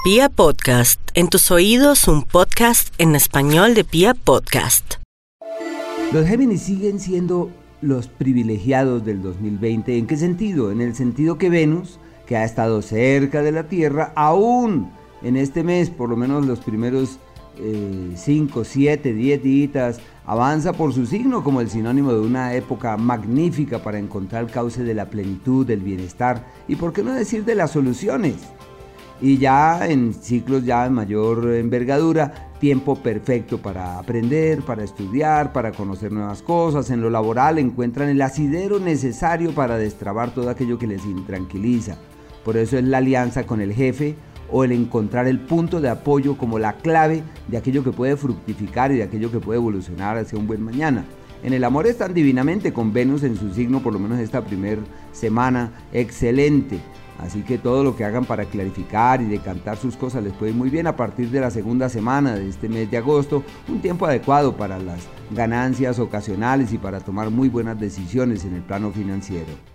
Pia Podcast, en tus oídos un podcast en español de Pia Podcast. Los Géminis siguen siendo los privilegiados del 2020. ¿En qué sentido? En el sentido que Venus, que ha estado cerca de la Tierra, aún en este mes, por lo menos los primeros 5, 7, 10 días, avanza por su signo como el sinónimo de una época magnífica para encontrar el cauce de la plenitud, del bienestar y por qué no decir de las soluciones. Y ya en ciclos ya de mayor envergadura, tiempo perfecto para aprender, para estudiar, para conocer nuevas cosas. En lo laboral encuentran el asidero necesario para destrabar todo aquello que les intranquiliza. Por eso es la alianza con el jefe o el encontrar el punto de apoyo como la clave de aquello que puede fructificar y de aquello que puede evolucionar hacia un buen mañana. En el amor están divinamente con Venus en su signo, por lo menos esta primera semana, excelente. Así que todo lo que hagan para clarificar y decantar sus cosas les puede ir muy bien a partir de la segunda semana de este mes de agosto, un tiempo adecuado para las ganancias ocasionales y para tomar muy buenas decisiones en el plano financiero.